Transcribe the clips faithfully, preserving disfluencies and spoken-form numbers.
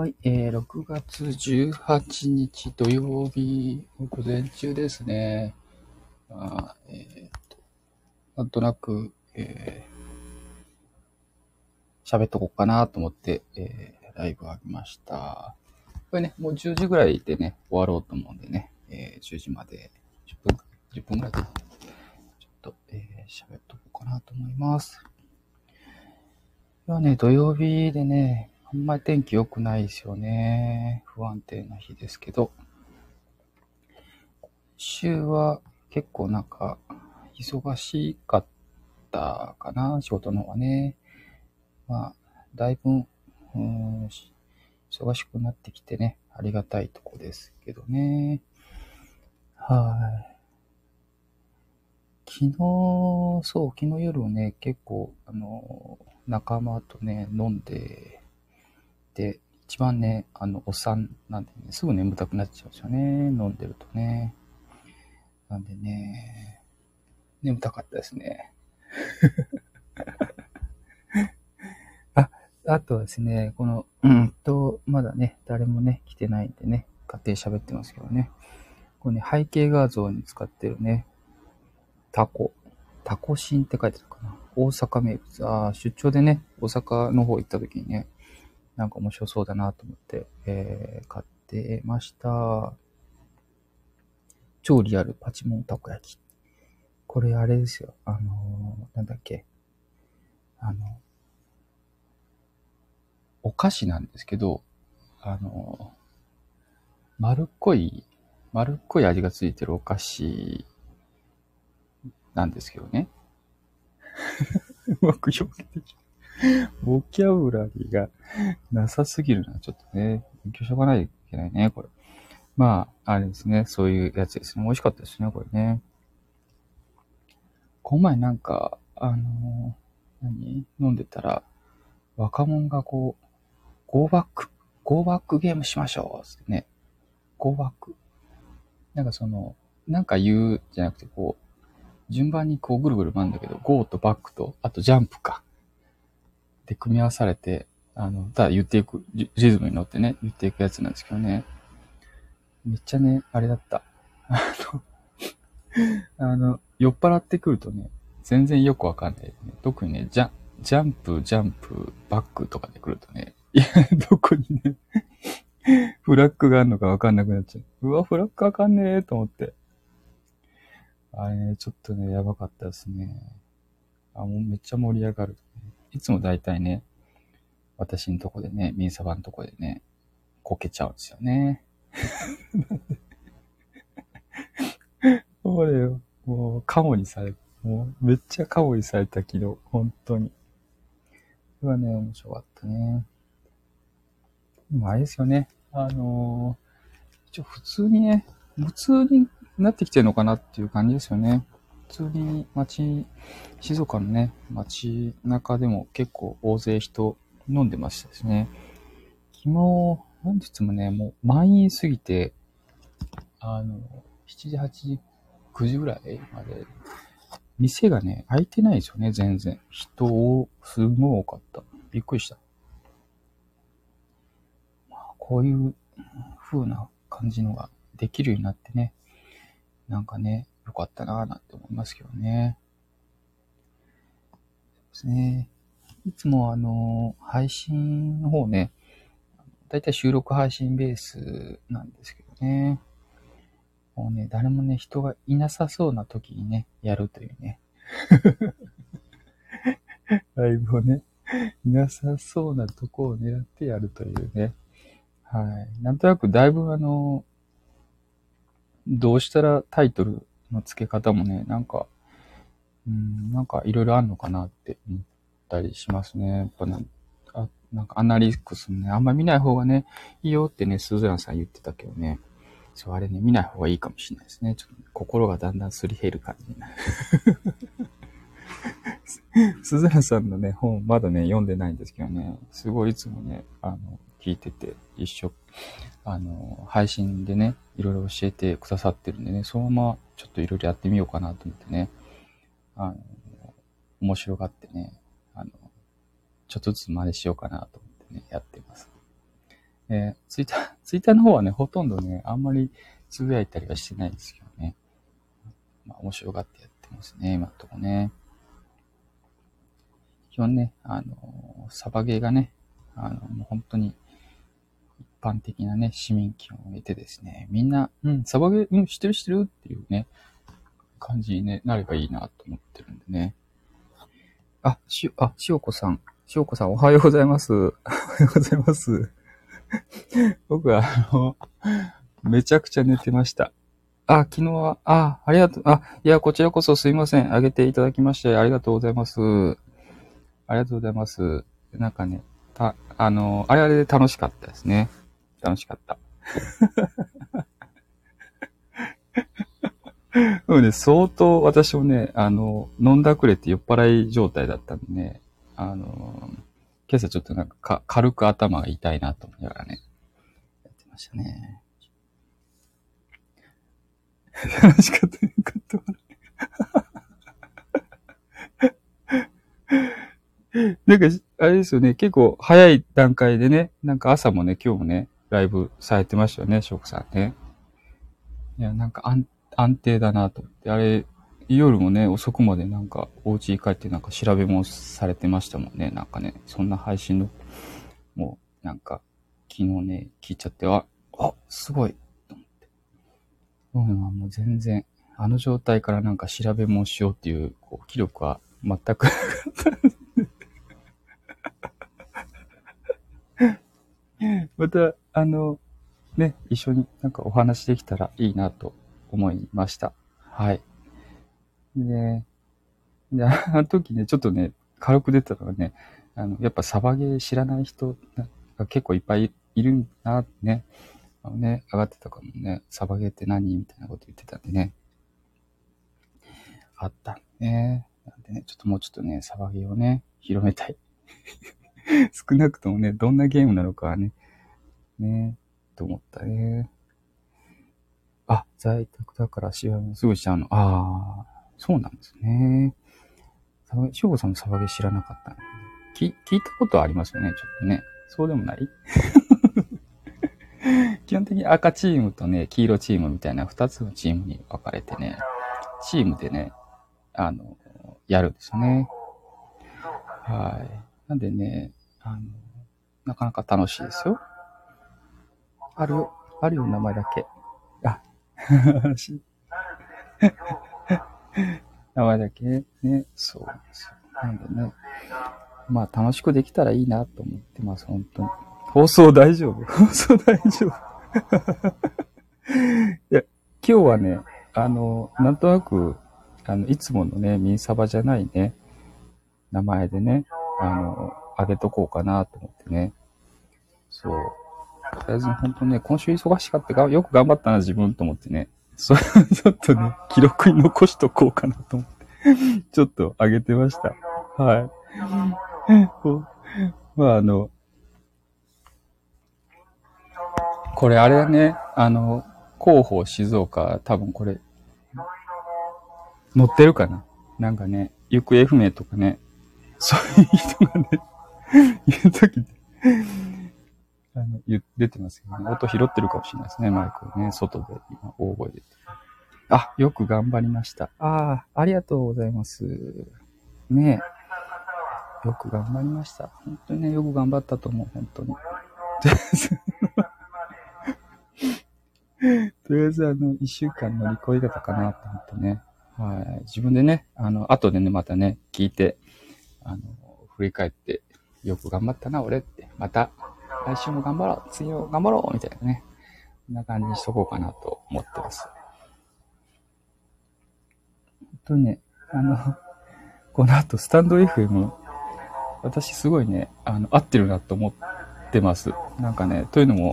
はい、えー、ろくがつじゅうはちにち土曜日の午前中ですね。まあえー、なんとなく、えー、喋っとこうかなと思って、えー、ライブを上げました。これね、もうじゅうじぐらいでね、終わろうと思うんでね、えー、じゅうじまでじゅっぷん、じゅっぷんぐらいで、ちょっと、えー、喋っとこうかなと思います。今日はね、土曜日でね、あんまり天気良くないですよね。不安定な日ですけど。週は結構なんか忙しかったかな、仕事の方はね。まあ、だいぶ、うーん、忙しくなってきてね、ありがたいとこですけどね。はい。昨日、そう、昨日夜ね、結構、あの、仲間とね、飲んで、で、一番ね、あの、おっさんなんでね、すぐ眠たくなっちゃうんですよね、飲んでるとね。なんでね、眠たかったですね。あ、あとはですね、この、うんと、まだね、誰もね、来てないんでね、勝手に喋ってますけどね。これね、背景画像に使ってるね、タコ。タコシンって書いてあるかな。大阪名物。ああ、出張でね、大阪の方行った時にね、なんか面白そうだなと思って、えー、買ってました。超リアルパチモンたこ焼き。これあれですよ。あのー、なんだっけ。あの、お菓子なんですけど、あのー、丸っこい、丸っこい味がついてるお菓子なんですけどね。うまく表現できる。ボキャブラリーがなさすぎるな。ちょっとね、勉強しとかないといけないね、これ。まあ、あれですね。そういうやつですね。美味しかったですね、これね。この前なんか、あのー、何飲んでたら、若者がこう、ゴーバック、ゴーバックゲームしましょうってね。ゴーバック。なんかその、なんか言うじゃなくて、こう、順番にこうぐるぐる回るんだけど、ゴーとバックと、あとジャンプか。で、組み合わされて、あの、ただ言っていく、リリズムに乗ってね、言っていくやつなんですけどね。めっちゃね、あれだった。あの、あの、酔っ払ってくるとね、全然よくわかんない、ね。特にね、ジャジャンプ、ジャンプ、バックとかで来るとね、いや、どこにね、フラッグがあるのかわかんなくなっちゃう。うわ、フラッグわかんねえと思って。あれね、ちょっとね、やばかったですね。あ、もうめっちゃ盛り上がる。いつもだいたいね、私のとこでね、ミンサバのとこでね、こけちゃうんですよね。そうだよ。もう、カモにされ、もう、めっちゃカモにされた昨日、本当に。それはね、面白かったね。でもあれですよね。あのー、一応普通にね、普通になってきてるのかなっていう感じですよね。普通に街、静岡のね、街中でも結構大勢人飲んでましたですね。昨日、本日もね、もう満員すぎて、あの、しちじ、はちじ、くじぐらいまで、店がね、開いてないですよね、全然。人を、すごい多かった。びっくりした。まあ、こういう風な感じのができるようになってね、なんかね、よかったなぁなんて思いますけどね。ですね。いつもあの、配信の方ね、だいたい収録配信ベースなんですけどね。もうね、誰もね、人がいなさそうな時にね、やるというね。ライブをね、いなさそうなとこを狙ってやるというね。はい。なんとなくだいぶあの、どうしたらタイトルの付け方もね、なんか、うん、なんかいろいろあんのかなって思ったりしますね。やっぱなんあなんかアナリクスもね、あんま見ない方がね、いいよってね、スズランさん言ってたけどね。そう、あれね、見ない方がいいかもしれないですね。ちょっと心がだんだんすり減る感じになる。スズランさんのね、本まだね、読んでないんですけどね、すごいいつもね、あの、聞いてて、一緒、あの、配信でね、いろいろ教えてくださってるんでね、そのままちょっといろいろやってみようかなと思ってね、あの、面白がってね、あの、ちょっとずつ真似しようかなと思ってね、やってます。 えー、ツイッター、ツイッターの方はね、ほとんどね、あんまりつぶやいたりはしてないんですけどね。まあ、面白がってやってますね、今のとこね。基本ね、あのー、サバゲーがね、あの、もう本当に一般的なね、市民権を得てですね、みんな、うん、サバゲー、うん、知ってる知ってるっていうね、感じに、ね、なればいいなと思ってるんでね。あ、し、あ、しおこさん。しおこさん、おはようございます。おはようございます。僕は、あの、めちゃくちゃ寝てました。あ、昨日は、あ、ありがとう。あ、いや、こちらこそすいません。あげていただきましてありがとうございます。ありがとうございます。なんかね、た、あの、あれあれで楽しかったですね。楽しかった。うんね、相当私もね、あの、飲んだくれて酔っ払い状態だったんでね、あの、今朝ちょっとなんかか軽く頭が痛いなと思いながらね、やってましたね。楽しかったよかった。なんか、あれですよね、結構早い段階でね、なんか朝もね、今日もね、ライブされてましたよね、ショークさんね。いや、なんか安安定だなと思って、あれ、夜もね、遅くまでなんか、お家に帰ってなんか調べもされてましたもんね。なんかね、そんな配信の、もう、なんか、昨日ね、聞いちゃって、あ、あ、すごい、と思って。うん、もう全然、あの状態からなんか調べもしようっていう、こう、気力は全くなかった。また、あの、ね、一緒になんかお話できたらいいなと思いました。はい。で、で、あの時ね、ちょっとね、軽く出たのがね、あの、やっぱサバゲー知らない人が結構いっぱいいるんだなってね、あのね、上がってたかもね、サバゲーって何みたいなこと言ってたんでね、あったね。なんでね、ちょっともうちょっとね、サバゲーをね、広めたい。少なくともね、どんなゲームなのかはね、ね、と思ったね。あ、在宅だから試合もすぐしちゃうの。ああ、そうなんですね。サバゲー、しょうごさんもサバゲー知らなかったね。き、聞いたことはありますよね、ちょっとね。そうでもない基本的に赤チームとね、黄色チームみたいな二つのチームに分かれてね、チームでね、あの、やるんですよね。はい。なんでね、あの、なかなか楽しいですよ。あるよ、あるよ、名前だけ。あ、名前だけね、そうですよ。なんでね、まあ楽しくできたらいいなと思ってます、本当に。放送大丈夫放送大丈夫いや、今日はね、あの、なんとなく、あの、いつものね、ミンサバじゃないね、名前でね、あの、あげとこうかなと思ってね。そう。とりあえず本当ね、今週忙しかったが、よく頑張ったな、自分と思ってね。それちょっとね、記録に残しとこうかなと思って、ちょっとあげてました。はい。まあ、あの、これあれね、あの、広報静岡、多分これ、載ってるかななんかね、行方不明とかね、そういう人がね、言うとき、あの、言出てますけどね、音拾ってるかもしれないですね、マイクね、外で今大声で。あ、よく頑張りました。ああ、ありがとうございます。ねえ、よく頑張りました。本当にね、よく頑張ったと思う、本当に。とりあえず、あの、一週間乗り越え方かなと思ってね。はい。自分でね、あの、後でね、またね、聞いて、あの、振り返って、よく頑張ったな、俺って。また、来週も頑張ろう、次も頑張ろう、みたいなね。こんな感じにしとこうかなと思ってます。本当にね、あの、この後、スタンド エフエム、私すごいね、あの、合ってるなと思ってます。なんかね、というのも、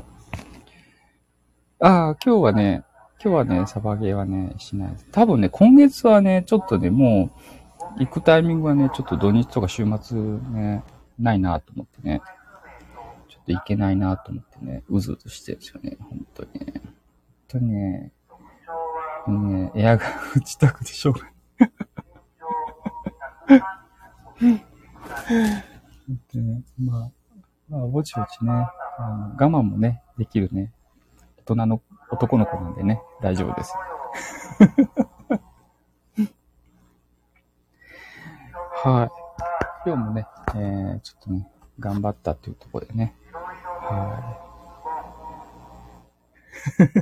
ああ、今日はね、今日はね、サバゲーはね、しないです。多分ね、今月はね、ちょっとね、もう、行くタイミングはね、ちょっと土日とか週末ね、ないなと思ってね、ちょっと行けないなと思ってね、うずうずしてるんですよね、本当にね。本当にね、ねエアが打ちたくてしょうがない。本当にね、まあ、まあ、ぼちぼちね、 あの我慢もね、できるね、大人の男の子なんでね、大丈夫です。はい。今日もね、えー、ちょっとね、頑張ったっていうところでね。はい。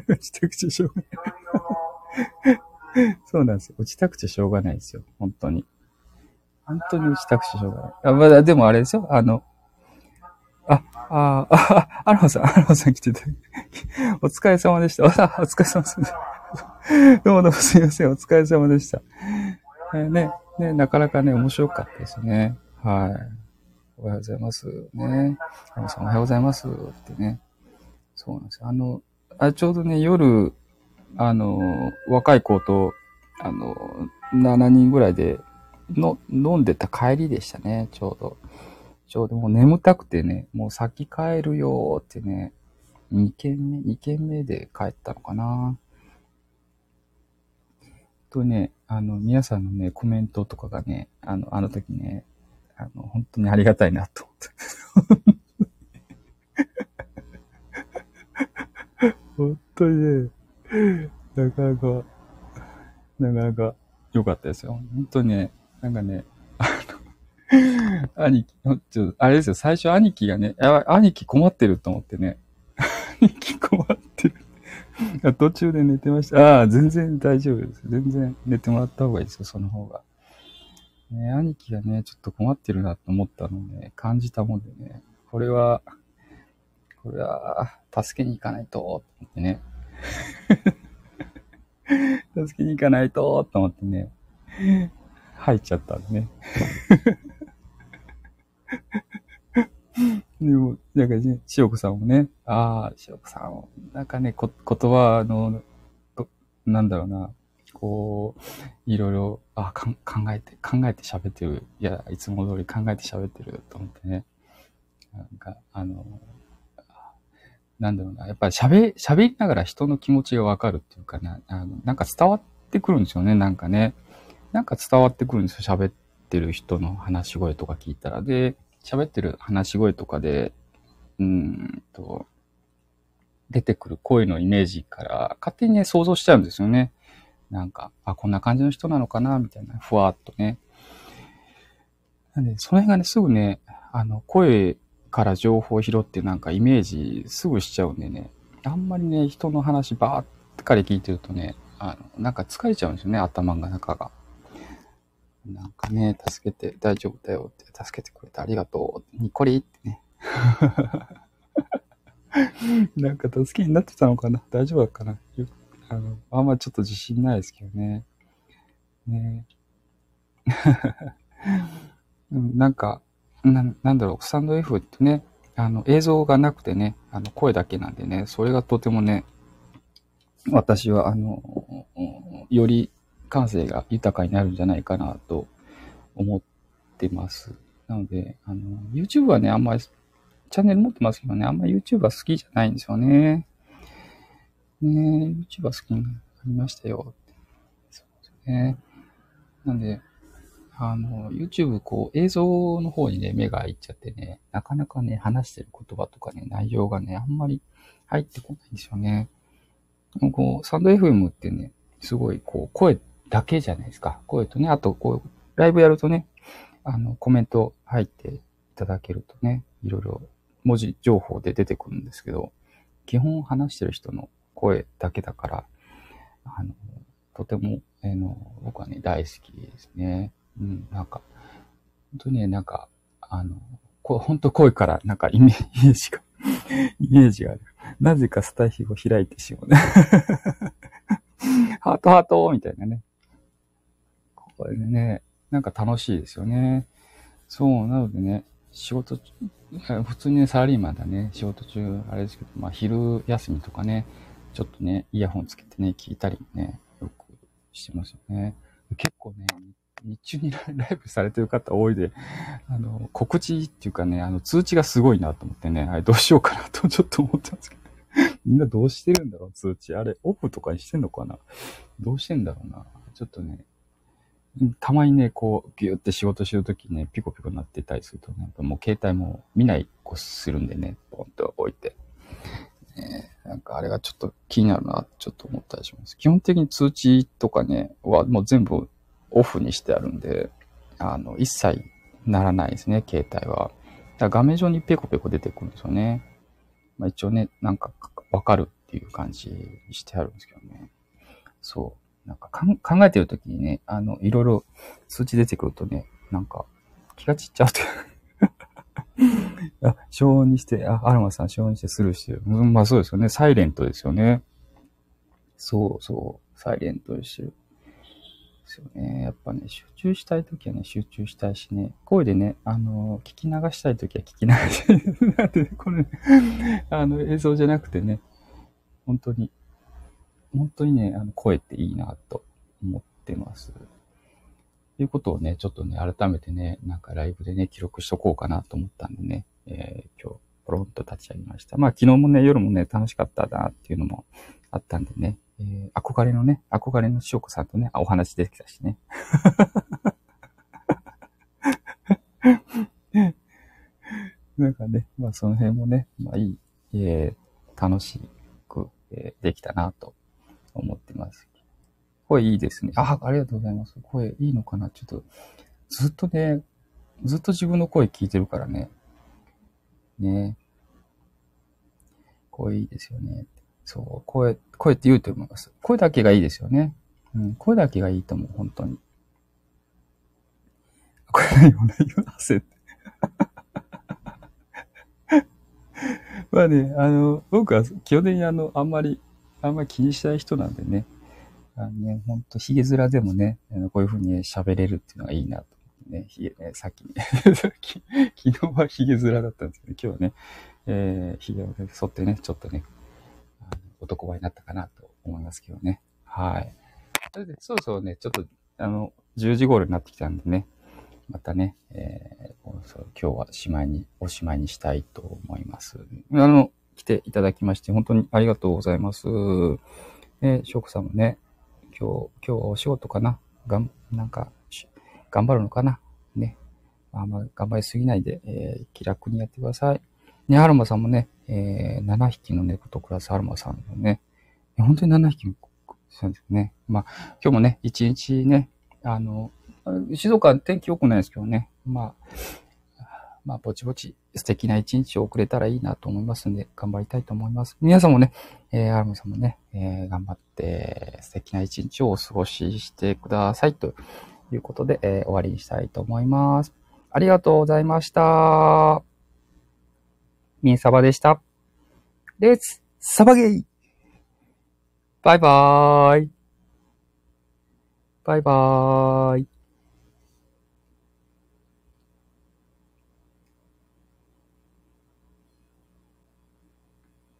打ちたくちゃしょうがない。そうなんですよ。打ちたくちゃしょうがないですよ。本当に。本当に打ちたくちゃしょうがない。あ、まだ、でもあれですよ。あの、あ、あ、あ、アロマさん、アロマさん来てて。お疲れ様でした。あ、お疲れ様です。どうもどうもすいません。お疲れ様でした。えー、ね、ね、なかなかね、面白かったですね。はい。おはようございます。ね。アロマさん、おはようございます。ってね。そうなんですよ。あの、あちょうどね、夜、あの、若い子と、あの、しちにんぐらいでの飲んでた帰りでしたね、ちょうど。ちょうどもう眠たくてね、もう先帰るよーってね、に軒目、に軒目で帰ったのかな。とね、あの、皆さんのね、コメントとかがね、あの、あの時ね、あの、本当にありがたいなと思って。本当にね、なかなか、なかなか良かったですよ。本当にね、なんかね、兄貴、ちょあれですよ、最初兄貴がね、やばい、兄貴困ってると思ってね、兄貴困ってる。途中で寝てました。ああ、全然大丈夫です。全然寝てもらった方がいいですよ、その方が。ね、兄貴がね、ちょっと困ってるなと思ったのをね、感じたもんでね、これは、これは、助けに行かないと、と思ってね。助けに行かないと、と思ってね、入っちゃったんでね。でも、なんかね、塩子さんもね、ああ、塩子さんも、なんかね、こ言葉の、なんだろうな、こう、いろいろ、あかん考えて、考えて喋ってる。いや、いつも通り考えて喋ってると思ってね。なんか、あの、なんだろうな、やっぱり喋、喋りながら人の気持ちがわかるっていうかね、あの、なんか伝わってくるんですよね、なんかね。なんか伝わってくるんですよ、喋ってる人の話し声とか聞いたら。で、喋ってる話し声とかで、うーんと、出てくる声のイメージから勝手にね、想像しちゃうんですよね。なんか、あ、こんな感じの人なのかな、みたいな、ふわっとね。なんで、その辺がね、すぐね、あの、声から情報を拾ってなんかイメージすぐしちゃうんでね、あんまりね、人の話ばっかり聞いてるとね、あの、なんか疲れちゃうんですよね、頭が中が。なんかね、助けて、大丈夫だよって、助けてくれてありがとう、にっこりってね。なんか助けになってたのかな、大丈夫だかな。あの、あんまちょっと自信ないですけどね。ねうん、なんか、な、なんだろう、スタンド F ってね、あの、映像がなくてね、あの、声だけなんでね、それがとてもね、私は、あの、より感性が豊かになるんじゃないかなと思ってます。なので、あの、YouTube はね、あんまり、チャンネル持ってますけどね、あんまり YouTube は好きじゃないんですよね。ね YouTube は好きになりましたよ。そうですね。なんで、あの、YouTube、こう、映像の方にね、目がいっちゃってね、なかなかね、話してる言葉とかね、内容がね、あんまり入ってこないんですよね。こう、サンド エフエム ってね、すごい、こう、声だけじゃないですか。声とね、あと、こう、ライブやるとね、あの、コメント入っていただけるとね、いろいろ文字情報で出てくるんですけど、基本話してる人の声だけだから、あの、とても、あの、僕はね、大好きですね。うん、なんか、本当にね、なんか、あの、こ本当声からなんかイメージが、イメージがある。なぜかスタイフを開いてしまうね。ハートハートみたいなね。これね、なんか楽しいですよね。そう、なのでね、仕事、普通にね、サラリーマンだね、仕事中、あれですけど、まあ昼休みとかね、ちょっとね、イヤホンつけてね、聞いたりね、よくしてますよね。結構ね、日中にライブされてる方多いで、あの、告知っていうかね、あの、通知がすごいなと思ってね、あれどうしようかなとちょっと思ってますけど。みんなどうしてるんだろう、通知。あれ、オフとかにしてんのかな、どうしてんだろうな。ちょっとね、 たまにね、こう、ギューって仕事してるときね、ピコピコなってたりするとね、もう携帯も見ないこするんでね、ポンと置いて。ね、なんかあれがちょっと気になるな、ちょっと思ったりします。基本的に通知とかね、はもう全部オフにしてあるんで、あの、一切ならないですね、携帯は。だから画面上にペコペコ出てくるんですよね。まあ一応ね、なんかわかるっていう感じにしてあるんですけどね。そう。なんかかん考えてるときにね、あの、いろいろ数値出てくるとね、なんか気が散っちゃうというあ、消音にして、あ、アロマさん消音にしてスルーしてる。うん、まあそうですよね。サイレントですよね。そうそう。サイレントにしてる。ですよね。やっぱね、集中したいときはね、集中したいしね。声でね、あの、聞き流したいときは聞き流したい。なんで、これ、ね、あの、映像じゃなくてね、本当に、本当にね、あの、声っていいなと思ってます。ということをね、ちょっとね、改めてね、なんかライブでね、記録しとこうかなと思ったんでね、えー、今日、ポロンと立ち上げました。まあ、昨日もね、夜もね、楽しかったなっていうのもあったんでね、えー、憧れのね、憧れの塩子さんとね、お話できたしね。なんかね、まあその辺もね、まあいい、えー、楽しく、えー、できたなと思ってます。声いいですね。あ、ありがとうございます。声いいのかなちょっと、ずっとね、ずっと自分の声聞いてるからね。ね。声いいですよね。そう、声、声って言うと思います。声だけがいいですよね。うん、声だけがいいと思う、本当に。これ何もないよ、汗って。まあね、あの、僕は基本的にあの、あんまり、あんまり気にしない人なんでね。あのね、ほんと、髭面でもね、あのこういう風にね、喋れるっていうのがいいなと思ってね、髭ね、さっきね、さっき、昨日は髭面だったんですけど、今日はね、えー、髭をね、剃ってね、ちょっとね、あの男前になったかなと思いますけどね。はい。それで、そうそうね、ちょっと、あの、じゅうじ頃になってきたんでね、またね、えー、そう今日はしまいに、おしまいにしたいと思います。あの、来ていただきまして、本当にありがとうございます。えー、しょうこさんもね、今日、今日はお仕事かながん、なんか、頑張るのかなね。あんま頑張りすぎないで、えー、気楽にやってください。ね、アロマさんもね、えー、ななひきの猫と暮らすアロマさんのね、本当にななひきも、そうですね。まあ、今日もね、一日ね、あの、静岡は天気良くないですけどね、まあ、まあ、ぼちぼち素敵な一日を送れたらいいなと思いますんで、頑張りたいと思います。皆さんもね、えー、アラムさんもね、えー、頑張って素敵な一日をお過ごししてくださいということで、えー、終わりにしたいと思います。ありがとうございました。ミンサバでした。レッツサバゲイバイバーイバイバーイ